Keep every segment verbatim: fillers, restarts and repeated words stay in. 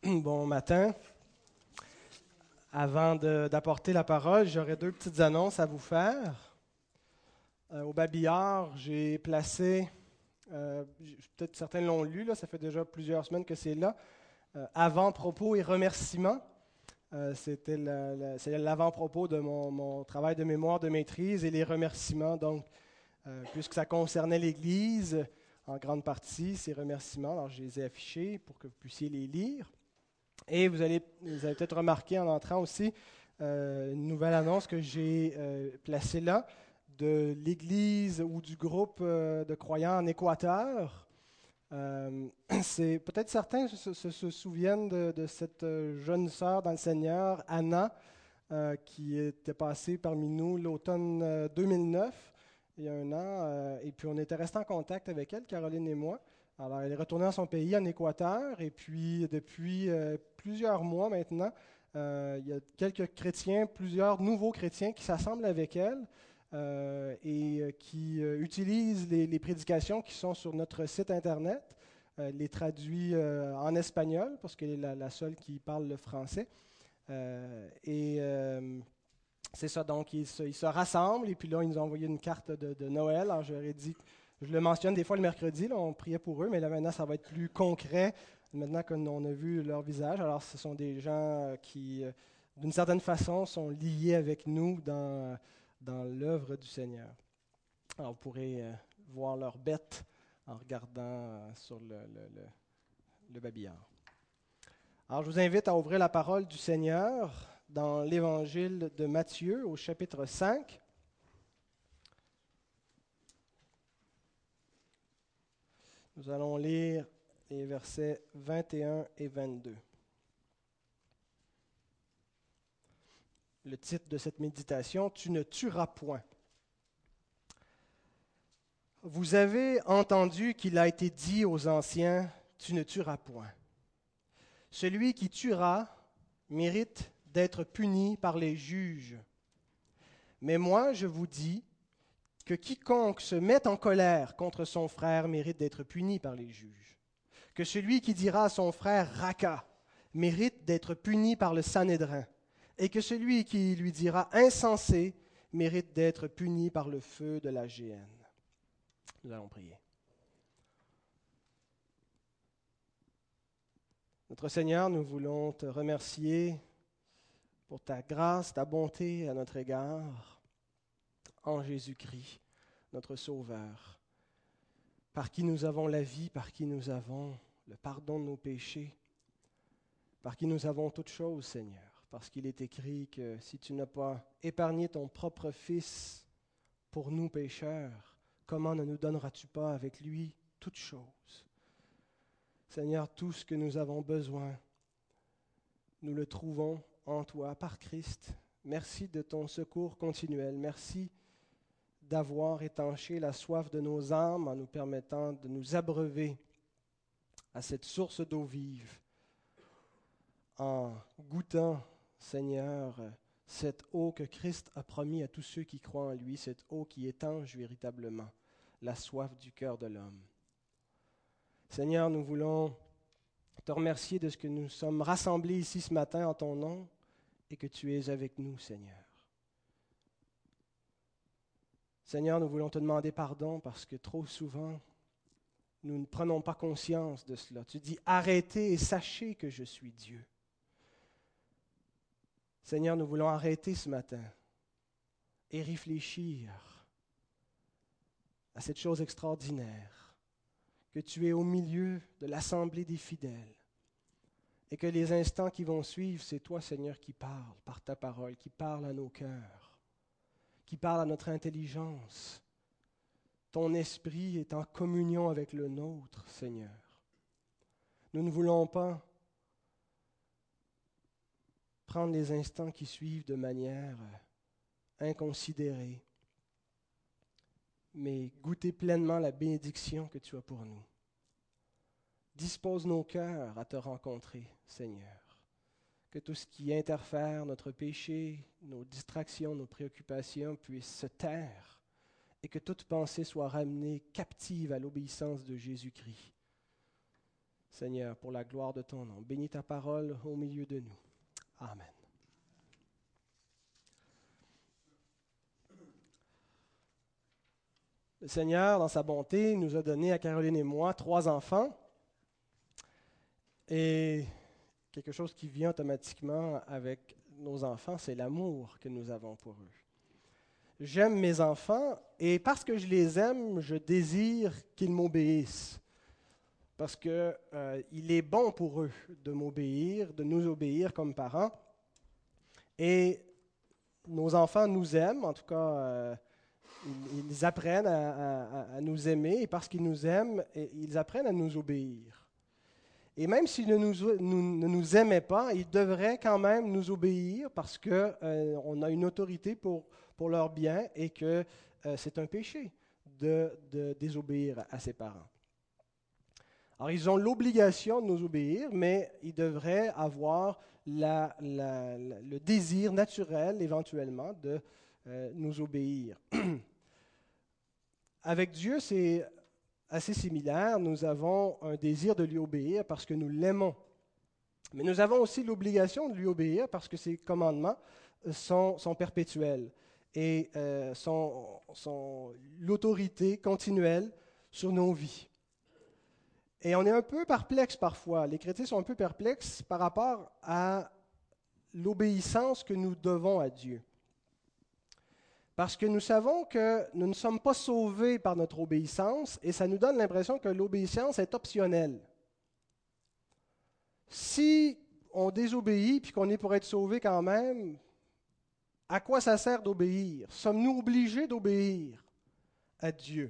Bon matin. Avant de- d'apporter la parole, j'aurais deux petites annonces à vous faire. Euh, au Babillard, j'ai placé, euh, j- peut-être certains l'ont lu, là, ça fait déjà plusieurs semaines que c'est là, euh, avant-propos et remerciements. Euh, c'était la- la- c'est l'avant-propos de mon, mon travail de mémoire de maîtrise et les remerciements. Donc, euh, puisque ça concernait l'Église, en grande partie, ces remerciements, alors je les ai affichés pour que vous puissiez les lire. Et vous allez, vous avez peut-être remarqué en entrant aussi euh, une nouvelle annonce que j'ai euh, placée là de l'Église ou du groupe euh, de croyants en Équateur. Euh, c'est, peut-être certains se, se- se souviennent de, de cette euh, jeune sœur dans le Seigneur, Anna, euh, qui était passée parmi nous l'automne euh, deux mille neuf, il y a un an, euh, et puis on était resté en contact avec elle, Caroline et moi. Alors, elle est retournée dans son pays, en Équateur, et puis depuis euh, plusieurs mois maintenant, euh, il y a quelques chrétiens, plusieurs nouveaux chrétiens qui s'assemblent avec elle euh, et euh, qui euh, utilisent les, les prédications qui sont sur notre site Internet, euh, les traduit euh, en espagnol, parce qu'elle est la, la seule qui parle le français. Euh, et euh, c'est ça, donc ils se, ils se rassemblent et puis là, ils nous ont envoyé une carte de, de Noël. Alors, j'aurais dit, je le mentionne des fois le mercredi, là, on priait pour eux, mais là maintenant, ça va être plus concret, maintenant qu'on a vu leur visage. Alors, ce sont des gens euh, qui, euh, d'une certaine façon, sont liés avec nous dans, dans l'œuvre du Seigneur. Alors, vous pourrez euh, voir leurs bêtes en regardant euh, sur le, le, le, le babillard. Alors, je vous invite à ouvrir la parole du Seigneur dans l'Évangile de Matthieu au chapitre cinq. Nous allons lire les versets vingt et un et vingt-deux. Le titre de cette méditation, « Tu ne tueras point ». Vous avez entendu qu'il a été dit aux anciens, « Tu ne tueras point ». Celui qui tuera mérite d'être puni par les juges. Mais moi, je vous dis que quiconque se met en colère contre son frère mérite d'être puni par les juges. Que celui qui dira à son frère « Raka » mérite d'être puni par le Sanhédrin. Et que celui qui lui dira « Insensé » mérite d'être puni par le feu de la géhenne. Nous allons prier. Notre Seigneur, nous voulons te remercier pour ta grâce, ta bonté à notre égard, en Jésus-Christ, notre Sauveur, par qui nous avons la vie, par qui nous avons le pardon de nos péchés, par qui nous avons toutes choses, Seigneur, parce qu'il est écrit que si tu n'as pas épargné ton propre Fils pour nous pécheurs, comment ne nous donneras-tu pas avec lui toutes choses? Seigneur, tout ce que nous avons besoin, nous le trouvons en toi, par Christ. Merci de ton secours continuel. Merci d'avoir étanché la soif de nos âmes en nous permettant de nous abreuver à cette source d'eau vive, en goûtant, Seigneur, cette eau que Christ a promis à tous ceux qui croient en lui, cette eau qui étanche véritablement la soif du cœur de l'homme. Seigneur, nous voulons te remercier de ce que nous sommes rassemblés ici ce matin en ton nom et que tu es avec nous, Seigneur. Seigneur, nous voulons te demander pardon parce que trop souvent, nous ne prenons pas conscience de cela. Tu dis, arrêtez et sachez que je suis Dieu. Seigneur, nous voulons arrêter ce matin et réfléchir à cette chose extraordinaire, que tu es au milieu de l'assemblée des fidèles et que les instants qui vont suivre, c'est toi, Seigneur, qui parles par ta parole, qui parle à nos cœurs, qui parle à notre intelligence. Ton esprit est en communion avec le nôtre, Seigneur. Nous ne voulons pas prendre les instants qui suivent de manière inconsidérée, mais goûter pleinement la bénédiction que tu as pour nous. Dispose nos cœurs à te rencontrer, Seigneur. Que tout ce qui interfère notre péché, nos distractions, nos préoccupations puisse se taire et que toute pensée soit ramenée captive à l'obéissance de Jésus-Christ. Seigneur, pour la gloire de ton nom. Bénis ta parole au milieu de nous. Amen. Le Seigneur, dans sa bonté, nous a donné à Caroline et moi trois enfants. Et quelque chose qui vient automatiquement avec nos enfants, c'est l'amour que nous avons pour eux. J'aime mes enfants et parce que je les aime, je désire qu'ils m'obéissent. Parce qu'il euh, est bon pour eux de m'obéir, de nous obéir comme parents. Et nos enfants nous aiment, en tout cas, euh, ils, ils apprennent à, à, à nous aimer, et parce qu'ils nous aiment, ils apprennent à nous obéir. Et même s'ils ne nous, nous, ne nous aimaient pas, ils devraient quand même nous obéir parce qu'on euh, a une autorité pour, pour leur bien et que euh, c'est un péché de, de désobéir à ses parents. Alors, ils ont l'obligation de nous obéir, mais ils devraient avoir la, la, la, le désir naturel, éventuellement, de euh, nous obéir. Avec Dieu, c'est assez similaire. Nous avons un désir de lui obéir parce que nous l'aimons. Mais nous avons aussi l'obligation de lui obéir parce que ses commandements sont, sont perpétuels et euh, sont, sont l'autorité continuelle sur nos vies. Et on est un peu perplexe parfois. Les chrétiens sont un peu perplexes par rapport à l'obéissance que nous devons à Dieu. Parce que nous savons que nous ne sommes pas sauvés par notre obéissance et ça nous donne l'impression que l'obéissance est optionnelle. Si on désobéit puis qu'on est pour être sauvé quand même, à quoi ça sert d'obéir? Sommes-nous obligés d'obéir à Dieu?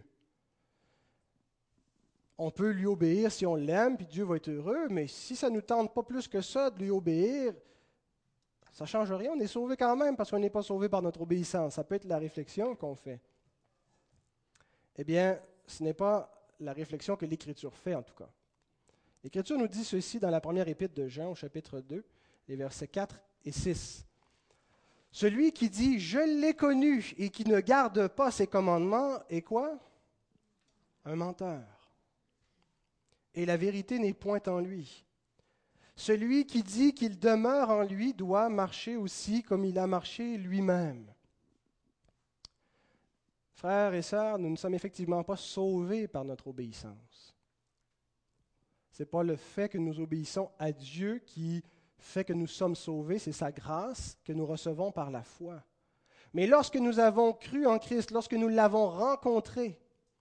On peut lui obéir si on l'aime, puis Dieu va être heureux, mais si ça ne nous tente pas plus que ça de lui obéir, ça ne change rien, on est sauvé quand même parce qu'on n'est pas sauvé par notre obéissance. Ça peut être la réflexion qu'on fait. Eh bien, ce n'est pas la réflexion que l'Écriture fait en tout cas. L'Écriture nous dit ceci dans la première épître de Jean au chapitre deux, les versets quatre et six. « Celui qui dit « Je l'ai connu » et qui ne garde pas ses commandements est quoi? Un menteur. Et la vérité n'est point en lui. Celui qui dit qu'il demeure en lui doit marcher aussi comme il a marché lui-même. Frères et sœurs, nous ne sommes effectivement pas sauvés par notre obéissance. Ce n'est pas le fait que nous obéissons à Dieu qui fait que nous sommes sauvés, c'est sa grâce que nous recevons par la foi. Mais lorsque nous avons cru en Christ, lorsque nous l'avons rencontré,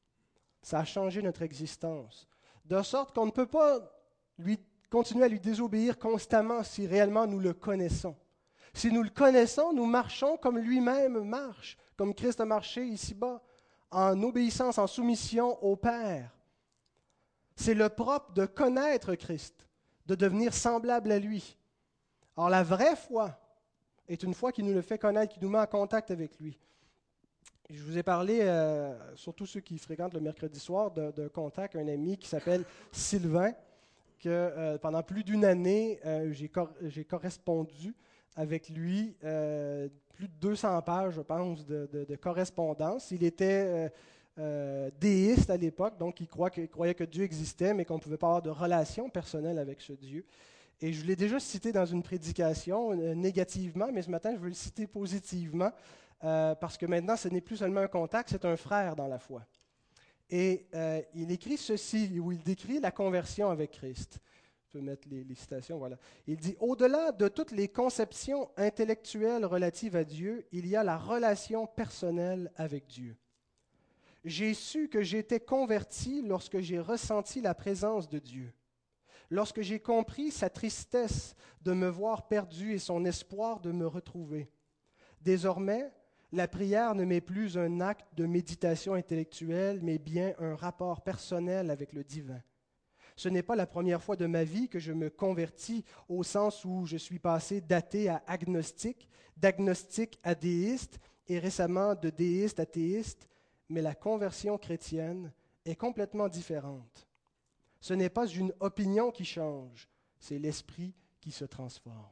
ça a changé notre existence. De sorte qu'on ne peut pas lui, continuer à lui désobéir constamment si réellement nous le connaissons. Si nous le connaissons, nous marchons comme lui-même marche, comme Christ a marché ici-bas, en obéissance, en soumission au Père. C'est le propre de connaître Christ, de devenir semblable à lui. Alors la vraie foi est une foi qui nous le fait connaître, qui nous met en contact avec lui. Je vous ai parlé, euh, surtout ceux qui fréquentent le mercredi soir, d'un contact, un ami qui s'appelle Sylvain, que euh, pendant plus d'une année, euh, j'ai, cor- j'ai correspondu avec lui, euh, plus de deux cents pages, je pense, de, de, de correspondance. Il était euh, euh, déiste à l'époque, donc il, croit que, il croyait que Dieu existait, mais qu'on ne pouvait pas avoir de relation personnelle avec ce Dieu. Et je l'ai déjà cité dans une prédication euh, négativement, mais ce matin, je veux le citer positivement. Euh, parce que maintenant, ce n'est plus seulement un contact, c'est un frère dans la foi. Et euh, il écrit ceci, où il décrit la conversion avec Christ. Je peux mettre les, les citations, voilà. Il dit « Au-delà de toutes les conceptions intellectuelles relatives à Dieu, il y a la relation personnelle avec Dieu. J'ai su que j'étais converti lorsque j'ai ressenti la présence de Dieu, lorsque j'ai compris sa tristesse de me voir perdu et son espoir de me retrouver. Désormais, la prière ne m'est plus un acte de méditation intellectuelle, mais bien un rapport personnel avec le divin. Ce n'est pas la première fois de ma vie que je me convertis au sens où je suis passé d'athée à agnostique, d'agnostique à déiste et récemment de déiste à théiste, mais la conversion chrétienne est complètement différente. Ce n'est pas une opinion qui change, c'est l'esprit qui se transforme.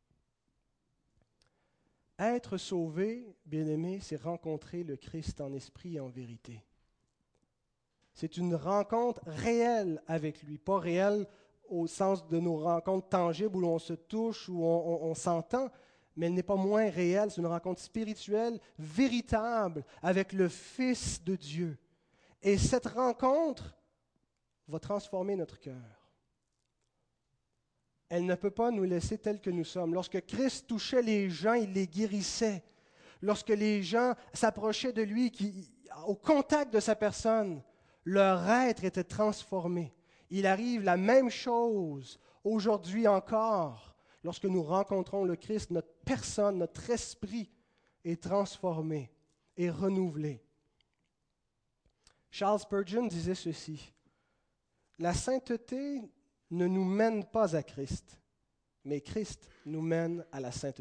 Être sauvé, bien-aimé, c'est rencontrer le Christ en esprit et en vérité. C'est une rencontre réelle avec lui, pas réelle au sens de nos rencontres tangibles où on se touche, où on, on, on s'entend, mais elle n'est pas moins réelle. C'est une rencontre spirituelle, véritable, avec le Fils de Dieu. Et cette rencontre va transformer notre cœur. Elle ne peut pas nous laisser tels que nous sommes. Lorsque Christ touchait les gens, il les guérissait. Lorsque les gens s'approchaient de lui, qui, au contact de sa personne, leur être était transformé. Il arrive la même chose aujourd'hui encore. Lorsque nous rencontrons le Christ, notre personne, notre esprit est transformé et renouvelé. Charles Spurgeon disait ceci: « La sainteté ne nous mène pas à Christ, mais Christ nous mène à la sainteté. »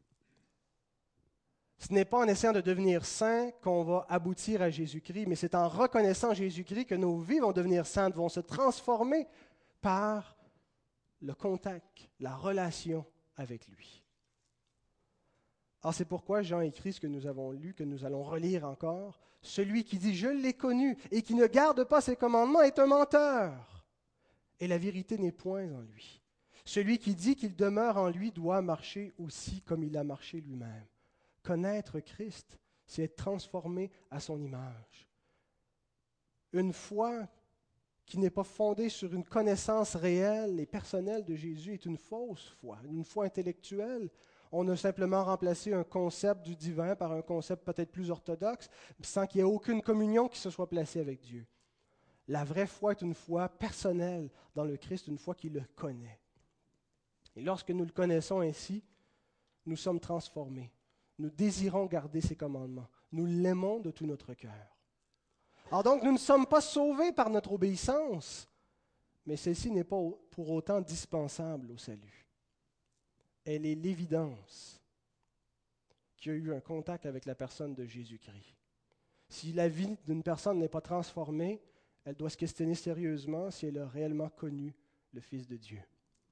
Ce n'est pas en essayant de devenir saint qu'on va aboutir à Jésus-Christ, mais c'est en reconnaissant Jésus-Christ que nos vies vont devenir saintes, vont se transformer par le contact, la relation avec lui. Alors c'est pourquoi Jean écrit ce que nous avons lu, que nous allons relire encore. Celui qui dit « Je l'ai connu » et qui ne garde pas ses commandements est un menteur, et la vérité n'est point en lui. Celui qui dit qu'il demeure en lui doit marcher aussi comme il a marché lui-même. Connaître Christ, c'est être transformé à son image. Une foi qui n'est pas fondée sur une connaissance réelle et personnelle de Jésus est une fausse foi, une foi intellectuelle. On a simplement remplacé un concept du divin par un concept peut-être plus orthodoxe, sans qu'il y ait aucune communion qui se soit placée avec Dieu. La vraie foi est une foi personnelle dans le Christ, une foi qui le connaît. Et lorsque nous le connaissons ainsi, nous sommes transformés. Nous désirons garder ses commandements. Nous l'aimons de tout notre cœur. Alors donc, nous ne sommes pas sauvés par notre obéissance, mais celle-ci n'est pas pour autant dispensable au salut. Elle est l'évidence qu'il y a eu un contact avec la personne de Jésus-Christ. Si la vie d'une personne n'est pas transformée, elle doit se questionner sérieusement si elle a réellement connu le Fils de Dieu.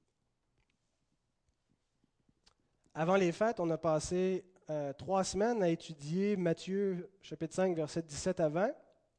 Avant les fêtes, on a passé euh, trois semaines à étudier Matthieu chapitre cinq, versets dix-sept à vingt.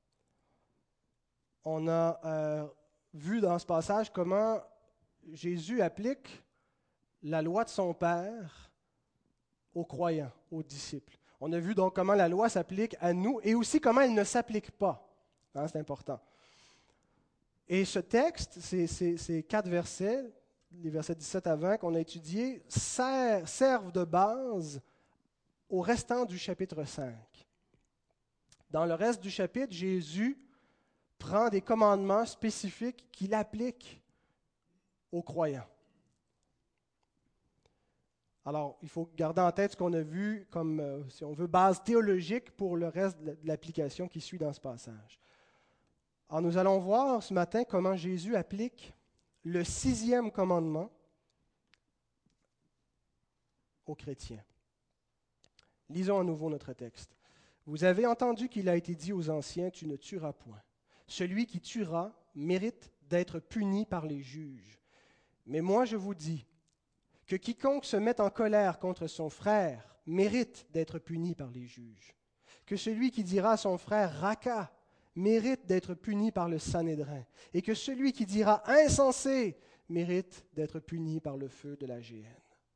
On a euh, vu dans ce passage comment Jésus applique la loi de son Père aux croyants, aux disciples. On a vu donc comment la loi s'applique à nous et aussi comment elle ne s'applique pas. Hein, c'est important. Et ce texte, ces, ces, ces quatre versets, les versets dix-sept à vingt qu'on a étudiés, servent, servent de base au restant du chapitre cinq. Dans le reste du chapitre, Jésus prend des commandements spécifiques qu'il applique aux croyants. Alors, il faut garder en tête ce qu'on a vu comme, euh, si on veut, base théologique pour le reste de l'application qui suit dans ce passage. Alors, nous allons voir ce matin comment Jésus applique le sixième commandement aux chrétiens. Lisons à nouveau notre texte. « Vous avez entendu qu'il a été dit aux anciens, tu ne tueras point. Celui qui tuera mérite d'être puni par les juges. Mais moi je vous dis que quiconque se met en colère contre son frère mérite d'être puni par les juges. Que celui qui dira à son frère Raka mérite d'être puni par le Sanhédrin. Et que celui qui dira insensé mérite d'être puni par le feu de la géhenne. »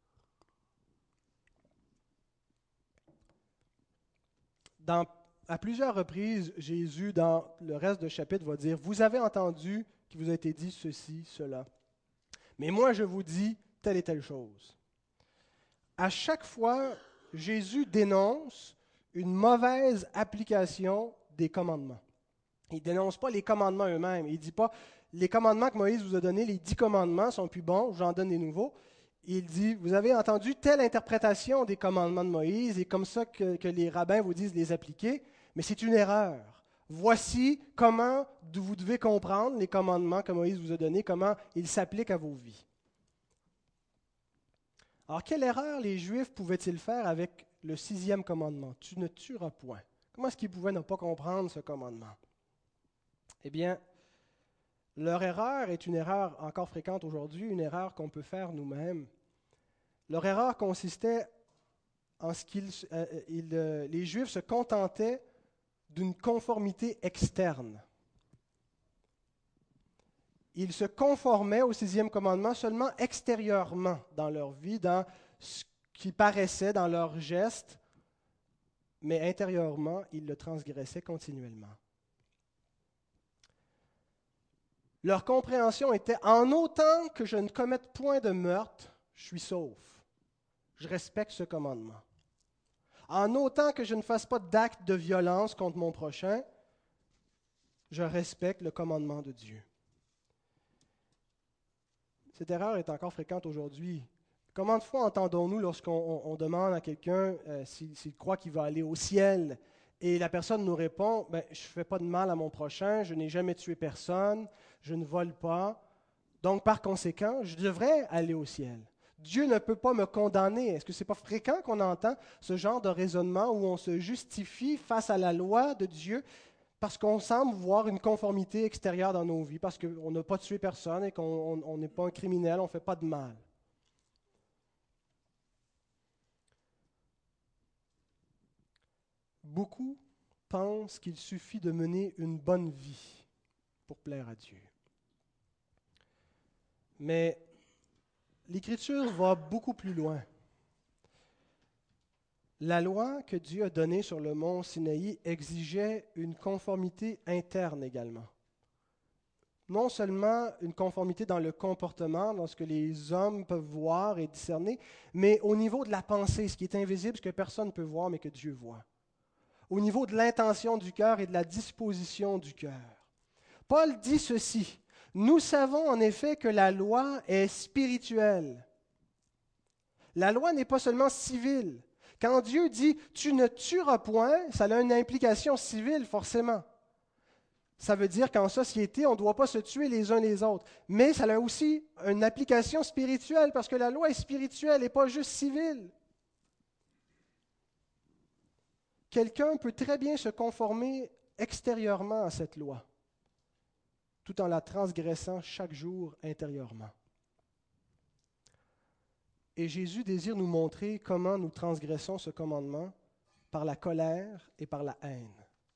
Dans, à plusieurs reprises, Jésus, dans le reste du chapitre, va dire « Vous avez entendu qu'il vous a été dit ceci, cela. Mais moi, je vous dis telle et telle chose. » À chaque fois, Jésus dénonce une mauvaise application des commandements. Il ne dénonce pas les commandements eux-mêmes. Il ne dit pas « Les commandements que Moïse vous a donnés, les dix commandements sont plus bons, j'en donne des nouveaux. » Il dit, vous avez entendu telle interprétation des commandements de Moïse, et comme ça que, que les rabbins vous disent les appliquer, mais c'est une erreur. Voici comment vous devez comprendre les commandements que Moïse vous a donnés, comment ils s'appliquent à vos vies. Alors, quelle erreur les Juifs pouvaient-ils faire avec le sixième commandement? Tu ne tueras point. Comment est-ce qu'ils pouvaient ne pas comprendre ce commandement? Eh bien, leur erreur est une erreur encore fréquente aujourd'hui, une erreur qu'on peut faire nous-mêmes. Leur erreur consistait en ce qu'ils, euh, ils, euh, les Juifs se contentaient d'une conformité externe. ils se conformaient au sixième commandement seulement extérieurement dans leur vie, dans ce qui paraissait, dans leurs gestes, mais intérieurement, ils le transgressaient continuellement. Leur compréhension était « En autant que je ne commette point de meurtre, je suis sauf. Je respecte ce commandement. En autant que je ne fasse pas d'acte de violence contre mon prochain, je respecte le commandement de Dieu. » Cette erreur est encore fréquente aujourd'hui. Combien de fois entendons-nous lorsqu'on on, on demande à quelqu'un euh, s'il, s'il croit qu'il va aller au ciel et la personne nous répond ben, « Je ne fais pas de mal à mon prochain, je n'ai jamais tué personne, je ne vole pas, donc par conséquent, je devrais aller au ciel. Dieu ne peut pas me condamner. » Est-ce que ce n'est pas fréquent qu'on entend ce genre de raisonnement où on se justifie face à la loi de Dieu parce qu'on semble voir une conformité extérieure dans nos vies, parce qu'on n'a pas tué personne et qu'on n'est pas un criminel, on ne fait pas de mal. Beaucoup pensent qu'il suffit de mener une bonne vie pour plaire à Dieu. Mais l'Écriture va beaucoup plus loin. La loi que Dieu a donnée sur le mont Sinaï exigeait une conformité interne également. Non seulement une conformité dans le comportement, dans ce que les hommes peuvent voir et discerner, mais au niveau de la pensée, ce qui est invisible, ce que personne ne peut voir, mais que Dieu voit. Au niveau de l'intention du cœur et de la disposition du cœur. Paul dit ceci, « Nous savons en effet que la loi est spirituelle. » La loi n'est pas seulement civile. Quand Dieu dit « tu ne tueras point », ça a une implication civile forcément. Ça veut dire qu'en société, on ne doit pas se tuer les uns les autres. Mais ça a aussi une application spirituelle parce que la loi est spirituelle et pas juste civile. Quelqu'un peut très bien se conformer extérieurement à cette loi, tout en la transgressant chaque jour intérieurement. Et Jésus désire nous montrer comment nous transgressons ce commandement par la colère et par la haine.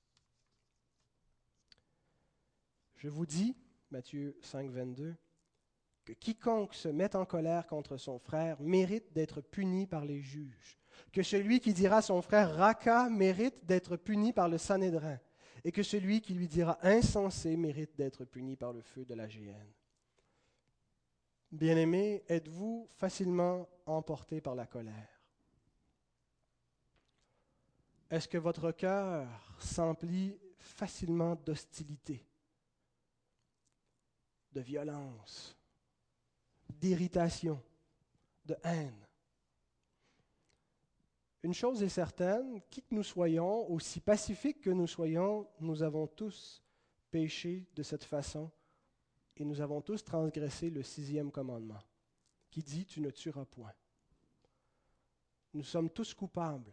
Je vous dis, Matthieu cinq, vingt-deux, que quiconque se met en colère contre son frère mérite d'être puni par les juges, que celui qui dira à son frère « Raka » mérite d'être puni par le Sanhédrin, et que celui qui lui dira « Insensé » mérite d'être puni par le feu de la géhenne. Bien-aimés, êtes-vous facilement emportés par la colère? Est-ce que votre cœur s'emplit facilement d'hostilité, de violence, d'irritation, de haine? Une chose est certaine, qui que nous soyons, aussi pacifiques que nous soyons, nous avons tous péché de cette façon et nous avons tous transgressé le sixième commandement qui dit « tu ne tueras point ». Nous sommes tous coupables.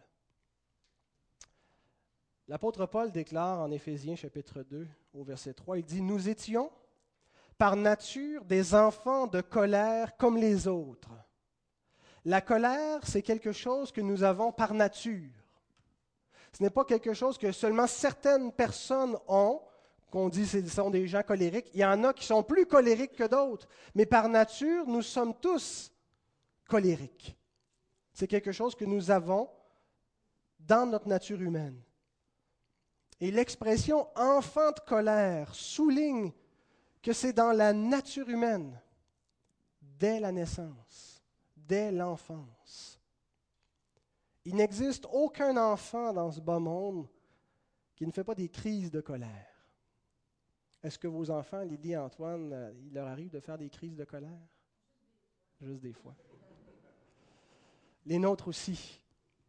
L'apôtre Paul déclare en Éphésiens chapitre deux au verset trois, il dit « Nous étions par nature des enfants de colère comme les autres. » La colère, c'est quelque chose que nous avons par nature. Ce n'est pas quelque chose que seulement certaines personnes ont, qu'on dit que ce sont des gens colériques. Il y en a qui sont plus colériques que d'autres, mais par nature, nous sommes tous colériques. C'est quelque chose que nous avons dans notre nature humaine. Et l'expression « enfant de colère » souligne que c'est dans la nature humaine, dès la naissance, dès l'enfance. Il n'existe aucun enfant dans ce bas monde qui ne fait pas des crises de colère. Est-ce que vos enfants, Lydie et Antoine, il leur arrive de faire des crises de colère? Juste des fois. Les nôtres aussi.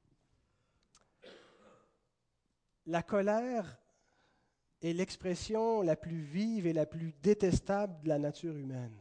La colère est l'expression la plus vive et la plus détestable de la nature humaine.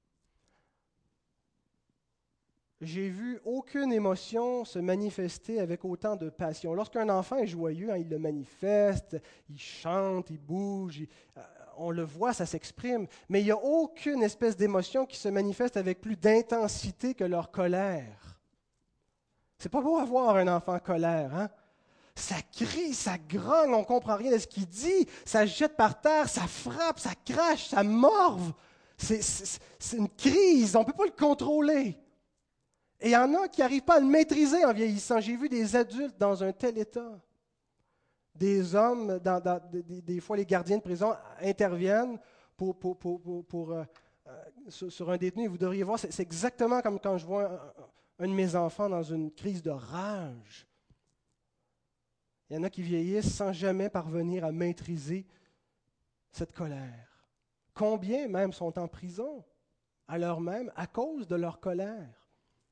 J'ai vu aucune émotion se manifester avec autant de passion. Lorsqu'un enfant est joyeux, hein, il le manifeste, il chante, il bouge, il, euh, on le voit, ça s'exprime, mais il n'y a aucune espèce d'émotion qui se manifeste avec plus d'intensité que leur colère. C'est pas beau avoir un enfant en colère, hein? Ça crie, ça grogne, on ne comprend rien de ce qu'il dit, ça jette par terre, ça frappe, ça crache, ça morve. C'est, c'est, c'est une crise, on ne peut pas le contrôler. Et il y en a qui n'arrivent pas à le maîtriser en vieillissant. J'ai vu des adultes dans un tel état. Des hommes, dans, dans, des, des fois les gardiens de prison interviennent pour, pour, pour, pour, pour, euh, euh, sur, sur un détenu. Vous devriez voir, c'est, c'est exactement comme quand je vois un, un de mes enfants dans une crise de rage. Il y en a qui vieillissent sans jamais parvenir à maîtriser cette colère. Combien même sont en prison à l'heure même à cause de leur colère?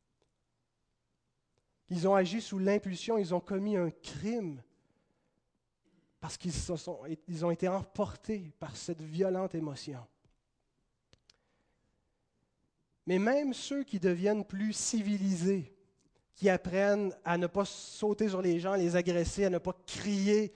Ils ont agi sous l'impulsion, ils ont commis un crime parce qu'ils se sont, ils ont été emportés par cette violente émotion. Mais même ceux qui deviennent plus civilisés, qui apprennent à ne pas sauter sur les gens, à les agresser, à ne pas crier,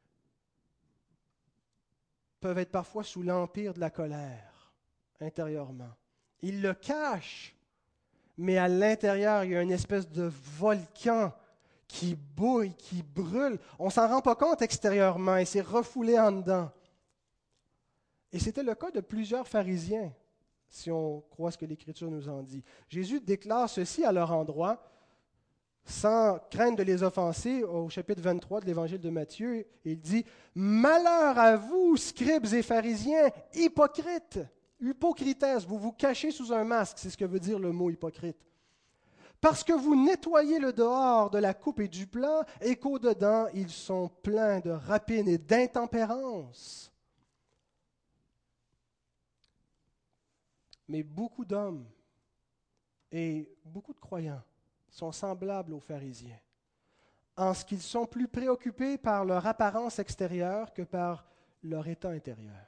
peuvent être parfois sous l'empire de la colère, intérieurement. Ils le cachent, mais à l'intérieur, il y a une espèce de volcan qui bouille, qui brûle. On ne s'en rend pas compte extérieurement et c'est refoulé en dedans. Et c'était le cas de plusieurs pharisiens, si on croit ce que l'Écriture nous en dit. Jésus déclare ceci à leur endroit, sans craindre de les offenser, au chapitre vingt-trois de l'Évangile de Matthieu. Il dit « Malheur à vous, scribes et pharisiens, hypocrites !» Hypocrites, vous vous cachez sous un masque, c'est ce que veut dire le mot hypocrite. Parce que vous nettoyez le dehors de la coupe et du plat, et qu'au-dedans, ils sont pleins de rapine et d'intempérance. Mais beaucoup d'hommes et beaucoup de croyants sont semblables aux pharisiens, en ce qu'ils sont plus préoccupés par leur apparence extérieure que par leur état intérieur.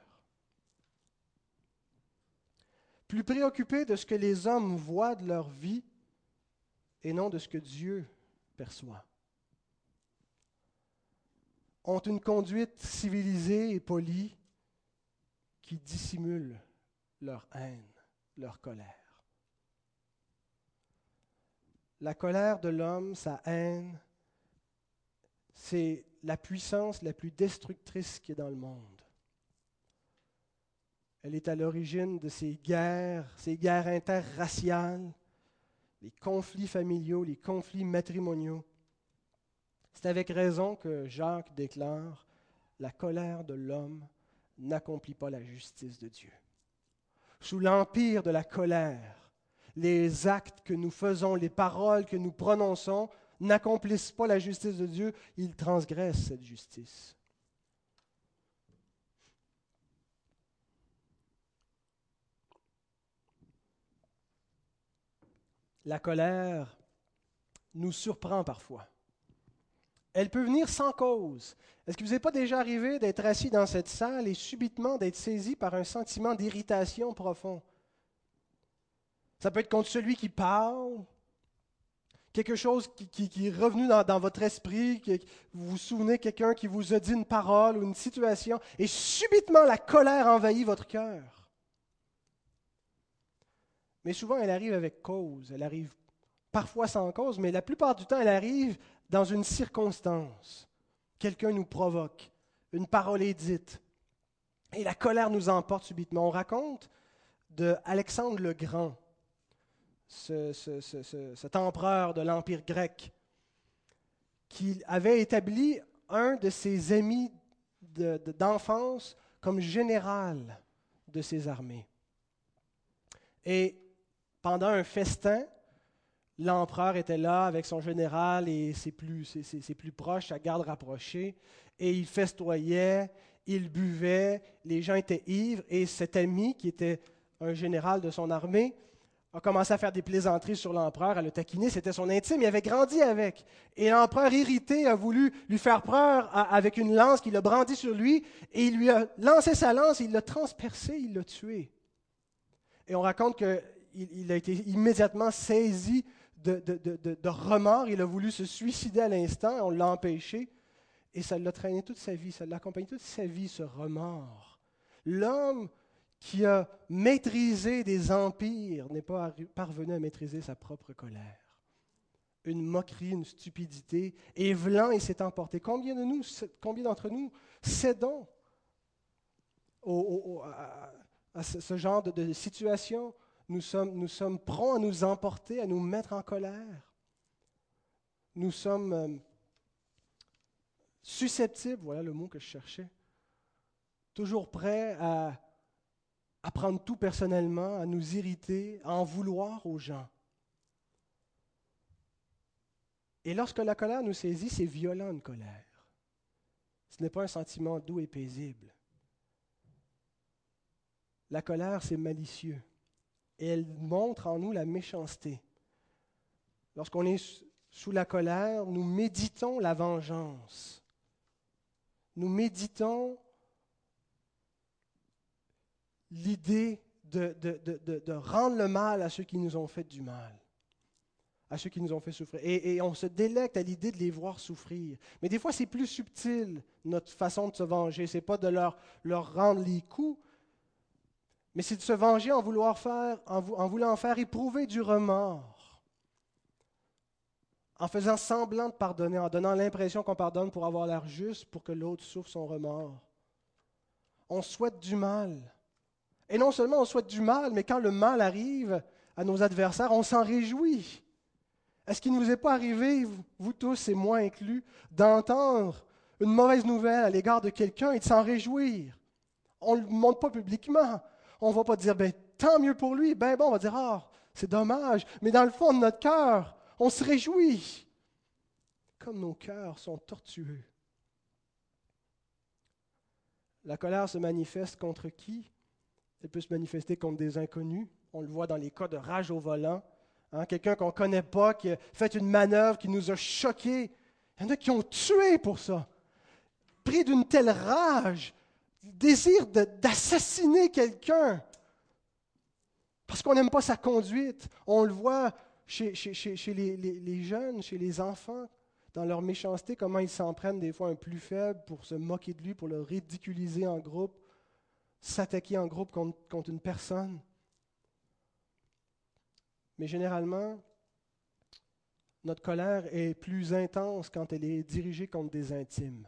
Plus préoccupés de ce que les hommes voient de leur vie et non de ce que Dieu perçoit. Ont une conduite civilisée et polie qui dissimule leur haine, leur colère. La colère de l'homme, sa haine, c'est la puissance la plus destructrice qui est dans le monde. Elle est à l'origine de ces guerres, ces guerres interraciales, les conflits familiaux, les conflits matrimoniaux. C'est avec raison que Jacques déclare « La colère de l'homme n'accomplit pas la justice de Dieu. » Sous l'empire de la colère, les actes que nous faisons, les paroles que nous prononçons n'accomplissent pas la justice de Dieu, ils transgressent cette justice. La colère nous surprend parfois. Elle peut venir sans cause. Est-ce que vous n'est pas déjà arrivé d'être assis dans cette salle et subitement d'être saisi par un sentiment d'irritation profond? Ça peut être contre celui qui parle, quelque chose qui, qui, qui est revenu dans, dans votre esprit, que vous vous souvenez de quelqu'un qui vous a dit une parole ou une situation, et subitement la colère envahit votre cœur. Mais souvent, elle arrive avec cause. Elle arrive parfois sans cause, mais la plupart du temps, elle arrive dans une circonstance. Quelqu'un nous provoque, une parole est dite, et la colère nous emporte subitement. On raconte de Alexandre le Grand, ce, ce, ce, ce, cet empereur de l'Empire grec, qui avait établi un de ses amis de, de, d'enfance comme général de ses armées. Et pendant un festin, l'empereur était là avec son général et ses plus, ses, ses, ses plus proches, sa garde rapprochée, et il festoyait, il buvait, les gens étaient ivres, et cet ami, qui était un général de son armée, a commencé à faire des plaisanteries sur l'empereur, à le taquiner, c'était son intime, il avait grandi avec. Et l'empereur, irrité, a voulu lui faire peur avec une lance qu'il a brandie sur lui, et il lui a lancé sa lance, il l'a transpercé, il l'a tué. Et on raconte qu'il il a été immédiatement saisi de, de, de, de, de remords. Il a voulu se suicider à l'instant, on l'a empêché. Et ça l'a traîné toute sa vie, ça l'a accompagné toute sa vie, ce remords. L'homme qui a maîtrisé des empires n'est pas parvenu à maîtriser sa propre colère. Une moquerie, une stupidité, et vlan, il s'est emporté. Combien de nous, combien d'entre nous cédons au, au, au, à, à ce, ce genre de, de situation. Nous sommes, nous sommes prompts à nous emporter, à nous mettre en colère. Nous sommes euh, susceptibles, voilà le mot que je cherchais, toujours prêts à, à prendre tout personnellement, à nous irriter, à en vouloir aux gens. Et lorsque la colère nous saisit, c'est violent une colère. Ce n'est pas un sentiment doux et paisible. La colère, c'est malicieux. Et elle montre en nous la méchanceté. Lorsqu'on est sous la colère, nous méditons la vengeance. Nous méditons l'idée de, de, de, de, de rendre le mal à ceux qui nous ont fait du mal, à ceux qui nous ont fait souffrir. Et, et on se délecte à l'idée de les voir souffrir. Mais des fois, c'est plus subtil, notre façon de se venger. Ce n'est pas de leur, leur rendre les coups, mais c'est de se venger en, vouloir faire, en, en voulant faire éprouver du remords, en faisant semblant de pardonner, en donnant l'impression qu'on pardonne pour avoir l'air juste, pour que l'autre souffre son remords. On souhaite du mal. Et non seulement on souhaite du mal, mais quand le mal arrive à nos adversaires, on s'en réjouit. Est-ce qu'il ne vous est pas arrivé, vous tous et moi inclus, d'entendre une mauvaise nouvelle à l'égard de quelqu'un et de s'en réjouir? On ne le montre pas publiquement. On ne va pas dire, ben, tant mieux pour lui. Ben bon, on va dire, ah, c'est dommage. Mais dans le fond de notre cœur, on se réjouit. Comme nos cœurs sont tortueux. La colère se manifeste contre qui? Elle peut se manifester contre des inconnus. On le voit dans les cas de rage au volant. Hein, quelqu'un qu'on ne connaît pas, qui a fait une manœuvre qui nous a choqués. Il y en a qui ont tué pour ça. Pris d'une telle rage, désir de, d'assassiner quelqu'un parce qu'on n'aime pas sa conduite. On le voit chez, chez, chez, chez les, les, les jeunes, chez les enfants, dans leur méchanceté, comment ils s'en prennent des fois un plus faible pour se moquer de lui, pour le ridiculiser en groupe, s'attaquer en groupe contre, contre une personne. Mais généralement, notre colère est plus intense quand elle est dirigée contre des intimes.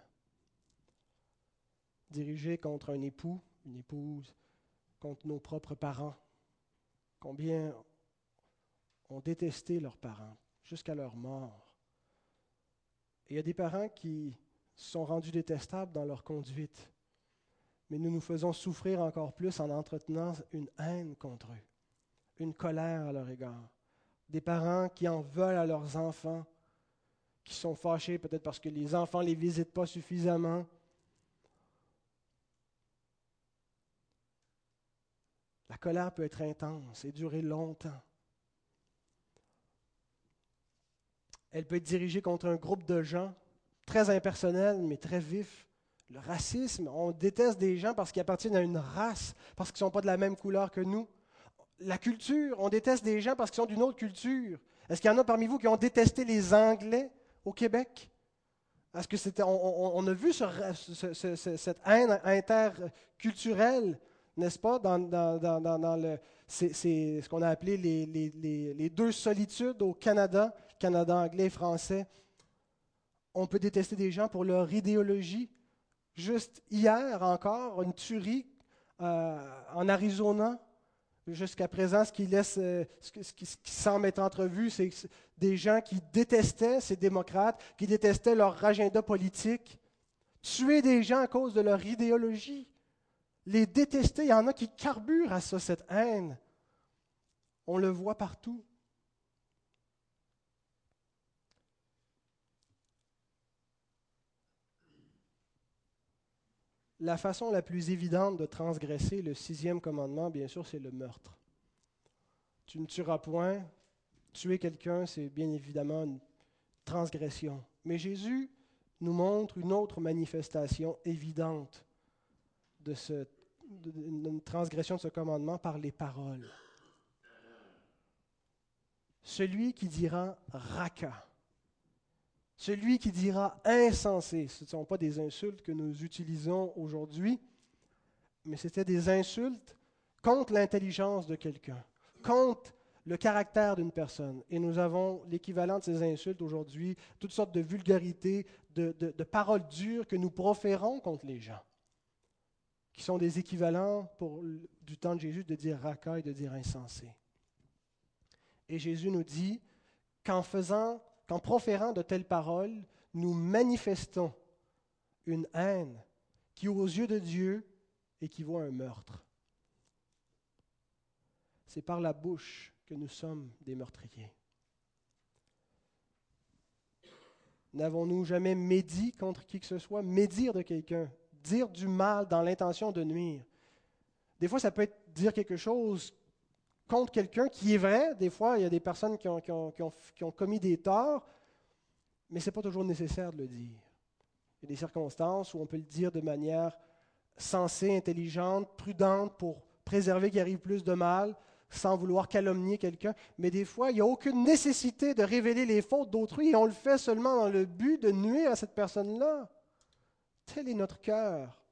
Dirigée contre un époux, une épouse, contre nos propres parents. Combien ont détesté leurs parents jusqu'à leur mort. Et il y a des parents qui se sont rendus détestables dans leur conduite. Mais nous nous faisons souffrir encore plus en entretenant une haine contre eux, une colère à leur égard. Des parents qui en veulent à leurs enfants, qui sont fâchés peut-être parce que les enfants ne les visitent pas suffisamment. La colère peut être intense et durer longtemps. Elle peut être dirigée contre un groupe de gens, très impersonnel, mais très vif. Le racisme, on déteste des gens parce qu'ils appartiennent à une race, parce qu'ils ne sont pas de la même couleur que nous. La culture, on déteste des gens parce qu'ils sont d'une autre culture. Est-ce qu'il y en a parmi vous qui ont détesté les Anglais au Québec? Est-ce que c'était, on, on, on a vu ce, ce, ce, ce, cette haine interculturelle, n'est-ce pas, dans, dans, dans, dans le, c'est, c'est ce qu'on a appelé les, les, les, les deux solitudes au Canada, Canada anglais et français. On peut détester des gens pour leur idéologie. Juste hier encore, une tuerie euh, en Arizona. Jusqu'à présent, ce qui, laisse, euh, ce, qui, ce, qui, ce qui semble être entrevu, c'est des gens qui détestaient ces démocrates, qui détestaient leur agenda politique, tuer des gens à cause de leur idéologie, les détester. Il y en a qui carburent à ça, cette haine. On le voit partout. La façon la plus évidente de transgresser le sixième commandement, bien sûr, c'est le meurtre. Tu ne tueras point. Tuer quelqu'un, c'est bien évidemment une transgression. Mais Jésus nous montre une autre manifestation évidente de ce, d'une transgression de ce commandement par les paroles. Celui qui dira « raka », celui qui dira « insensé », ce ne sont pas des insultes que nous utilisons aujourd'hui, mais c'était des insultes contre l'intelligence de quelqu'un, contre le caractère d'une personne. Et nous avons l'équivalent de ces insultes aujourd'hui, toutes sortes de vulgarités, de, de, de paroles dures que nous proférons contre les gens. qui sont des équivalents pour, du temps de Jésus de dire raca et de dire insensé. Et Jésus nous dit qu'en faisant, qu'en proférant de telles paroles, nous manifestons une haine qui, aux yeux de Dieu, équivaut à un meurtre. C'est par la bouche que nous sommes des meurtriers. N'avons-nous jamais médit contre qui que ce soit, médire de quelqu'un, dire du mal dans l'intention de nuire? Des fois, ça peut être dire quelque chose contre quelqu'un qui est vrai. Des fois, il y a des personnes qui ont, qui ont, qui ont, qui ont commis des torts, mais ce n'est pas toujours nécessaire de le dire. Il y a des circonstances où on peut le dire de manière sensée, intelligente, prudente pour préserver qu'il arrive plus de mal, sans vouloir calomnier quelqu'un. Mais des fois, il n'y a aucune nécessité de révéler les fautes d'autrui et on le fait seulement dans le but de nuire à cette personne-là. Tel est notre cœur.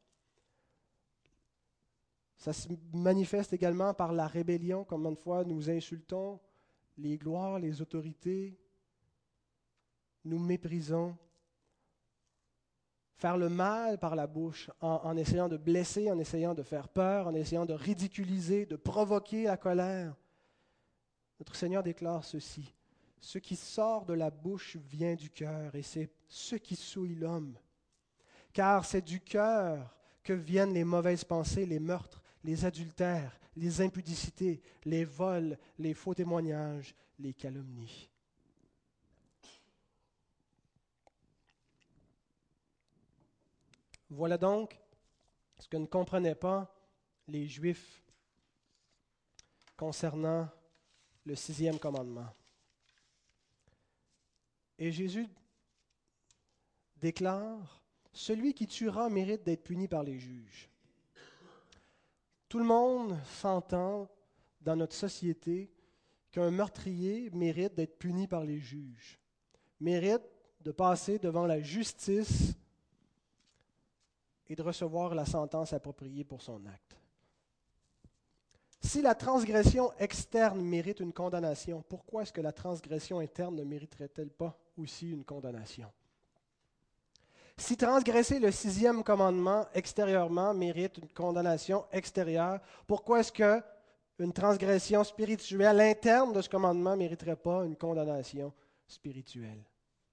Ça se manifeste également par la rébellion. Combien de fois nous insultons les gloires, les autorités, nous méprisons. Faire le mal par la bouche, en, en essayant de blesser, en essayant de faire peur, en essayant de ridiculiser, de provoquer la colère. Notre Seigneur déclare ceci: ce qui sort de la bouche vient du cœur, et c'est ce qui souille l'homme. Car c'est du cœur que viennent les mauvaises pensées, les meurtres, les adultères, les impudicités, les vols, les faux témoignages, les calomnies. Voilà donc ce que ne comprenaient pas les Juifs concernant le sixième commandement. Et Jésus déclare: celui qui tuera mérite d'être puni par les juges. Tout le monde s'entend dans notre société qu'un meurtrier mérite d'être puni par les juges, mérite de passer devant la justice et de recevoir la sentence appropriée pour son acte. Si la transgression externe mérite une condamnation, pourquoi est-ce que la transgression interne ne mériterait-elle pas aussi une condamnation? Si transgresser le sixième commandement extérieurement mérite une condamnation extérieure, pourquoi est-ce qu'une transgression spirituelle interne de ce commandement ne mériterait pas une condamnation spirituelle?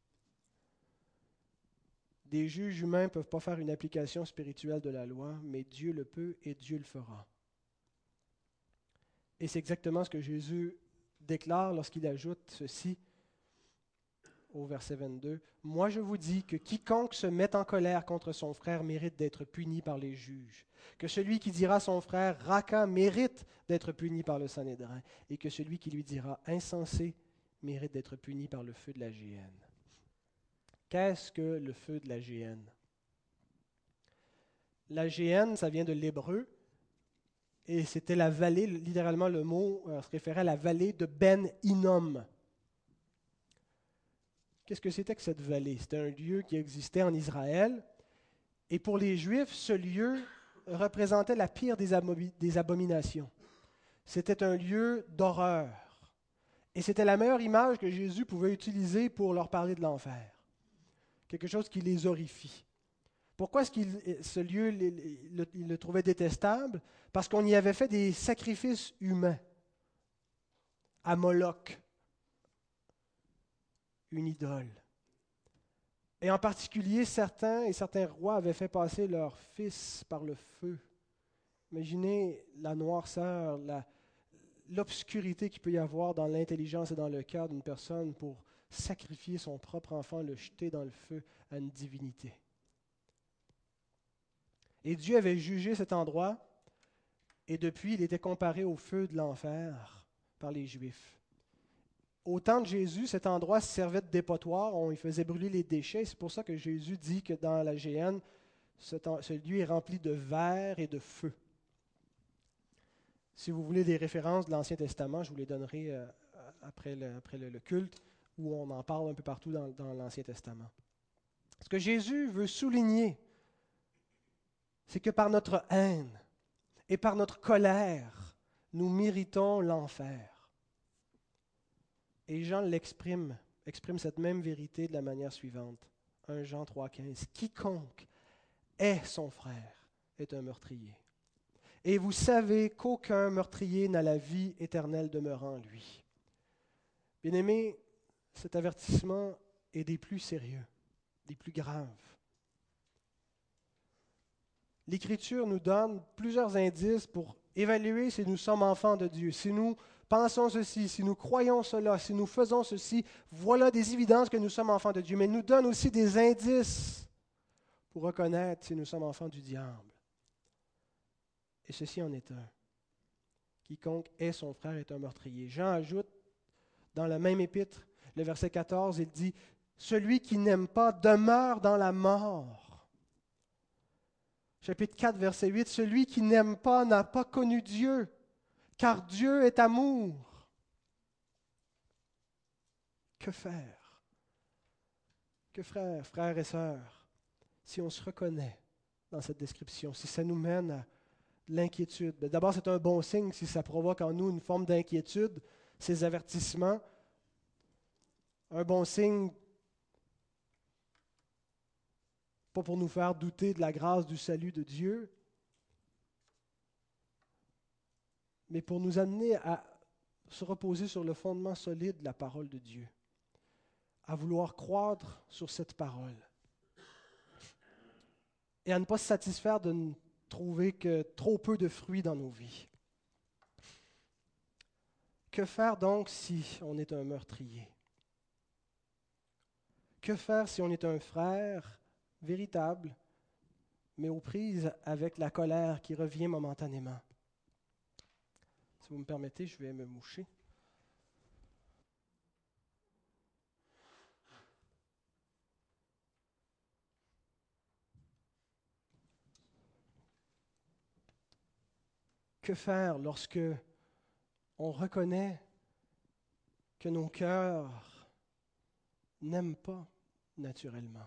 Des juges humains ne peuvent pas faire une application spirituelle de la loi, mais Dieu le peut et Dieu le fera. Et c'est exactement ce que Jésus déclare lorsqu'il ajoute ceci au verset vingt-deux. « Moi je vous dis que quiconque se met en colère contre son frère mérite d'être puni par les juges, que celui qui dira à son frère « raca » mérite d'être puni par le Sanhédrin, et que celui qui lui dira « insensé » mérite d'être puni par le feu de la géhenne. » Qu'est-ce que le feu de la géhenne? La géhenne, ça vient de l'hébreu, et c'était la vallée, littéralement le mot euh, se référait à la vallée de Ben Hinnom. Qu'est-ce que c'était que cette vallée? C'était un lieu qui existait en Israël, et pour les Juifs, ce lieu représentait la pire des, abomi- des abominations. C'était un lieu d'horreur, et c'était la meilleure image que Jésus pouvait utiliser pour leur parler de l'enfer. Quelque chose qui les horrifie. Pourquoi est-ce que ce lieu, il le, il le trouvait détestable? Parce qu'on y avait fait des sacrifices humains à Moloch, une idole. Et en particulier, certains et certains rois avaient fait passer leurs fils par le feu. Imaginez la noirceur, la, l'obscurité qu'il peut y avoir dans l'intelligence et dans le cœur d'une personne pour sacrifier son propre enfant, le jeter dans le feu à une divinité. Et Dieu avait jugé cet endroit, et depuis, il était comparé au feu de l'enfer par les Juifs. Au temps de Jésus, cet endroit servait de dépotoir, on y faisait brûler les déchets. C'est pour ça que Jésus dit que dans la géhenne, ce, ce lieu est rempli de vers et de feu. Si vous voulez des références de l'Ancien Testament, je vous les donnerai euh, après, le, après le, le culte, où on en parle un peu partout dans, dans l'Ancien Testament. Ce que Jésus veut souligner, c'est que par notre haine et par notre colère, nous méritons l'enfer. Et Jean l'exprime, exprime cette même vérité de la manière suivante. premier Jean trois quinze. Quiconque est son frère est un meurtrier. Et vous savez qu'aucun meurtrier n'a la vie éternelle demeurant en lui. Bien-aimés, cet avertissement est des plus sérieux, des plus graves. L'Écriture nous donne plusieurs indices pour évaluer si nous sommes enfants de Dieu. Si nous pensons ceci, si nous croyons cela, si nous faisons ceci, voilà des évidences que nous sommes enfants de Dieu. Mais il nous donne aussi des indices pour reconnaître si nous sommes enfants du diable. Et ceci en est un. Quiconque est son frère est un meurtrier. Jean ajoute dans la même épître, le verset quatorze, il dit « Celui qui n'aime pas demeure dans la mort. » Chapitre quatre, verset huit, « Celui qui n'aime pas n'a pas connu Dieu, car Dieu est amour. » Que faire? Que faire, frères et sœurs, si on se reconnaît dans cette description, si ça nous mène à l'inquiétude? D'abord, c'est un bon signe si ça provoque en nous une forme d'inquiétude, ces avertissements. Un bon signe, pas pour nous faire douter de la grâce du salut de Dieu, mais pour nous amener à se reposer sur le fondement solide de la parole de Dieu, à vouloir croître sur cette parole et à ne pas se satisfaire de ne trouver que trop peu de fruits dans nos vies. Que faire donc si on est un meurtrier? Que faire si on est un frère véritable, mais aux prises avec la colère qui revient momentanément? Si vous me permettez, je vais me moucher. Que faire lorsque on reconnaît que nos cœurs n'aiment pas naturellement?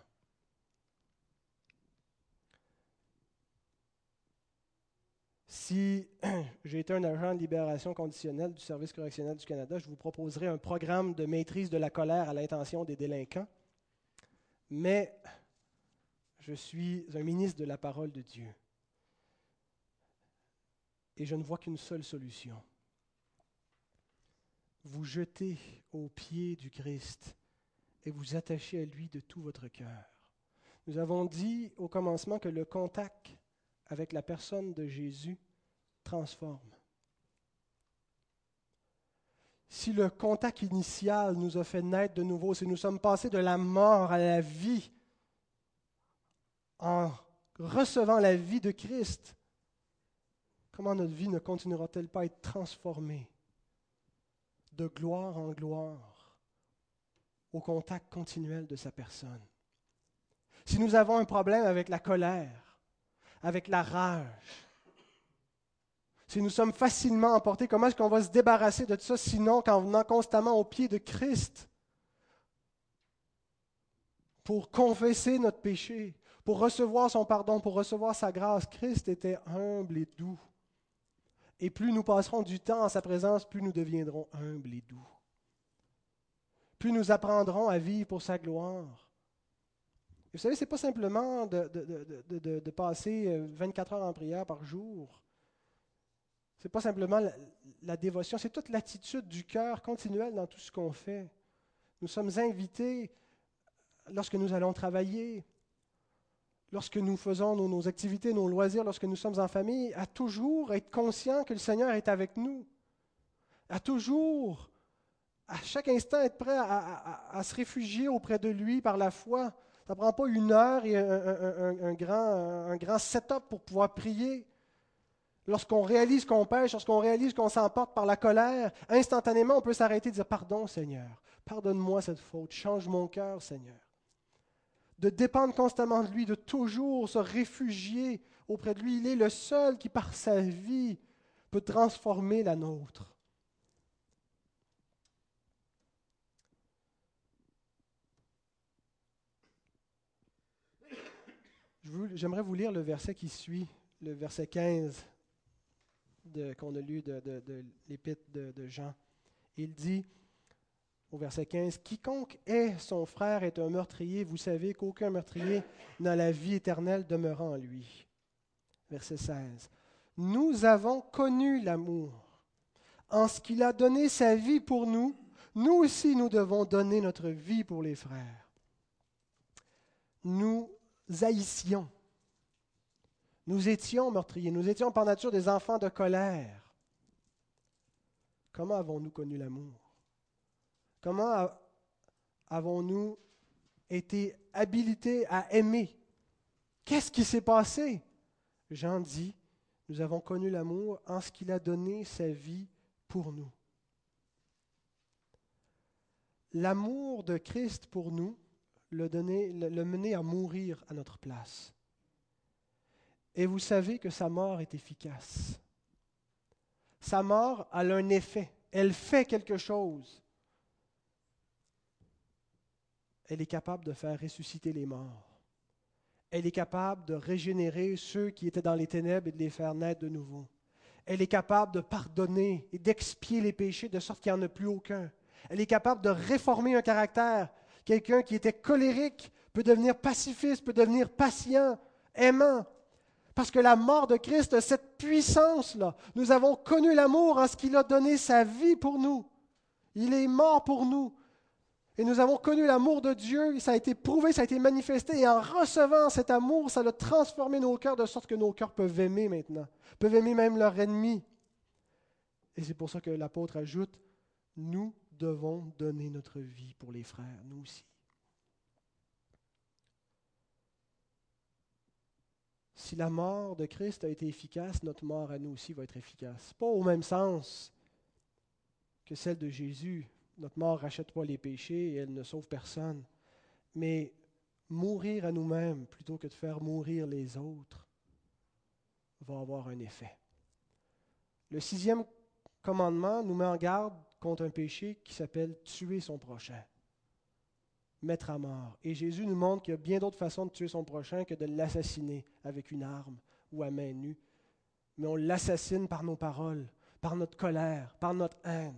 Si j'ai été un agent de libération conditionnelle du Service correctionnel du Canada, je vous proposerai un programme de maîtrise de la colère à l'intention des délinquants. Mais je suis un ministre de la parole de Dieu. Et je ne vois qu'une seule solution. Vous jetez aux pieds du Christ et vous attachez à lui de tout votre cœur. Nous avons dit au commencement que le contact avec la personne de Jésus transforme. Si le contact initial nous a fait naître de nouveau, si nous sommes passés de la mort à la vie en recevant la vie de Christ, comment notre vie ne continuera-t-elle pas à être transformée de gloire en gloire au contact continuel de sa personne? Si nous avons un problème avec la colère, avec la rage, si nous sommes facilement emportés, comment est-ce qu'on va se débarrasser de tout ça, sinon qu'en venant constamment aux pieds de Christ pour confesser notre péché, pour recevoir son pardon, pour recevoir sa grâce? Christ était humble et doux. Et plus nous passerons du temps en sa présence, plus nous deviendrons humbles et doux. Plus nous apprendrons à vivre pour sa gloire. Et vous savez, ce n'est pas simplement de, de, de, de, de, de passer vingt-quatre heures en prière par jour. Ce n'est pas simplement la, la dévotion, c'est toute l'attitude du cœur continuelle dans tout ce qu'on fait. Nous sommes invités, lorsque nous allons travailler, lorsque nous faisons nos, nos activités, nos loisirs, lorsque nous sommes en famille, à toujours être conscients que le Seigneur est avec nous. À toujours, à chaque instant, être prêt à, à, à se réfugier auprès de lui par la foi. Ça ne prend pas une heure et un, un, un, un grand, un grand setup pour pouvoir prier. Lorsqu'on réalise qu'on pêche, lorsqu'on réalise qu'on s'emporte par la colère, instantanément, on peut s'arrêter et dire « Pardon, Seigneur, pardonne-moi cette faute, change mon cœur, Seigneur. » De dépendre constamment de lui, de toujours se réfugier auprès de lui. Il est le seul qui, par sa vie, peut transformer la nôtre. J'aimerais vous lire le verset qui suit, le verset quinze de, qu'on a lu de, de, de l'épître de, de Jean. Il dit, au verset quinze, « Quiconque est son frère est un meurtrier. Vous savez qu'aucun meurtrier n'a la vie éternelle demeurant en lui. » verset seize. Nous avons connu l'amour. En ce qu'il a donné sa vie pour nous, nous aussi nous devons donner notre vie pour les frères. Nous haïssions. Nous étions meurtriers. Nous étions par nature des enfants de colère. Comment avons-nous connu l'amour? Comment avons-nous été habilités à aimer? Qu'est-ce qui s'est passé? Jean dit, nous avons connu l'amour en ce qu'il a donné sa vie pour nous. L'amour de Christ pour nous l'a donné, l'a mené à mourir à notre place. Et vous savez que sa mort est efficace. Sa mort a un effet. Elle fait quelque chose. Elle est capable de faire ressusciter les morts. Elle est capable de régénérer ceux qui étaient dans les ténèbres et de les faire naître de nouveau. Elle est capable de pardonner et d'expier les péchés de sorte qu'il n'y en a plus aucun. Elle est capable de réformer un caractère. Quelqu'un qui était colérique peut devenir pacifiste, peut devenir patient, aimant. Parce que la mort de Christ a cette puissance-là. Nous avons connu l'amour en ce qu'il a donné sa vie pour nous. Il est mort pour nous. Et nous avons connu l'amour de Dieu, ça a été prouvé, ça a été manifesté, et en recevant cet amour, ça a transformé nos cœurs de sorte que nos cœurs peuvent aimer maintenant, peuvent aimer même leur ennemi. Et c'est pour ça que l'apôtre ajoute, nous devons donner notre vie pour les frères, nous aussi. Si la mort de Christ a été efficace, notre mort à nous aussi va être efficace. Pas au même sens que celle de Jésus. Notre mort ne rachète pas les péchés et elle ne sauve personne. Mais mourir à nous-mêmes plutôt que de faire mourir les autres va avoir un effet. Le sixième commandement nous met en garde contre un péché qui s'appelle tuer son prochain, mettre à mort. Et Jésus nous montre qu'il y a bien d'autres façons de tuer son prochain que de l'assassiner avec une arme ou à main nue. Mais on l'assassine par nos paroles, par notre colère, par notre haine.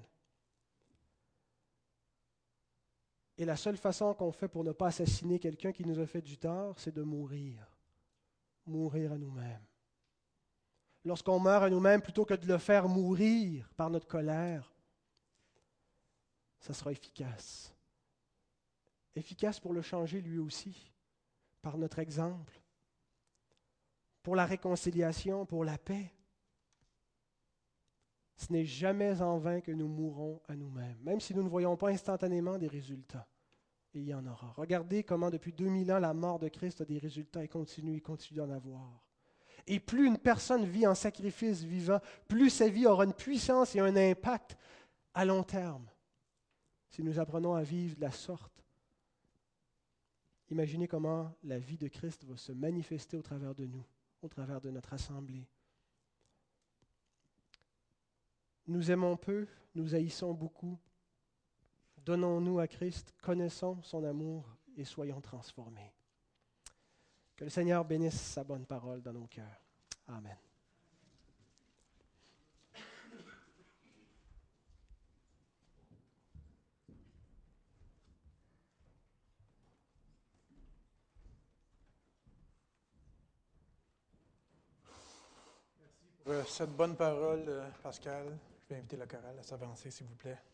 Et la seule façon qu'on fait pour ne pas assassiner quelqu'un qui nous a fait du tort, c'est de mourir. Mourir à nous-mêmes. Lorsqu'on meurt à nous-mêmes, plutôt que de le faire mourir par notre colère, ça sera efficace. Efficace pour le changer lui aussi, par notre exemple, pour la réconciliation, pour la paix. Ce n'est jamais en vain que nous mourrons à nous-mêmes, même si nous ne voyons pas instantanément des résultats. Et il y en aura. Regardez comment depuis deux mille ans, la mort de Christ a des résultats et continue, et continue d'en avoir. Et plus une personne vit en sacrifice vivant, plus sa vie aura une puissance et un impact à long terme. Si nous apprenons à vivre de la sorte, imaginez comment la vie de Christ va se manifester au travers de nous, au travers de notre assemblée. Nous aimons peu, nous haïssons beaucoup. Donnons-nous à Christ, connaissons son amour et soyons transformés. Que le Seigneur bénisse sa bonne parole dans nos cœurs. Amen. Pour cette bonne parole, Pascal, je vais inviter le choral à s'avancer, s'il vous plaît.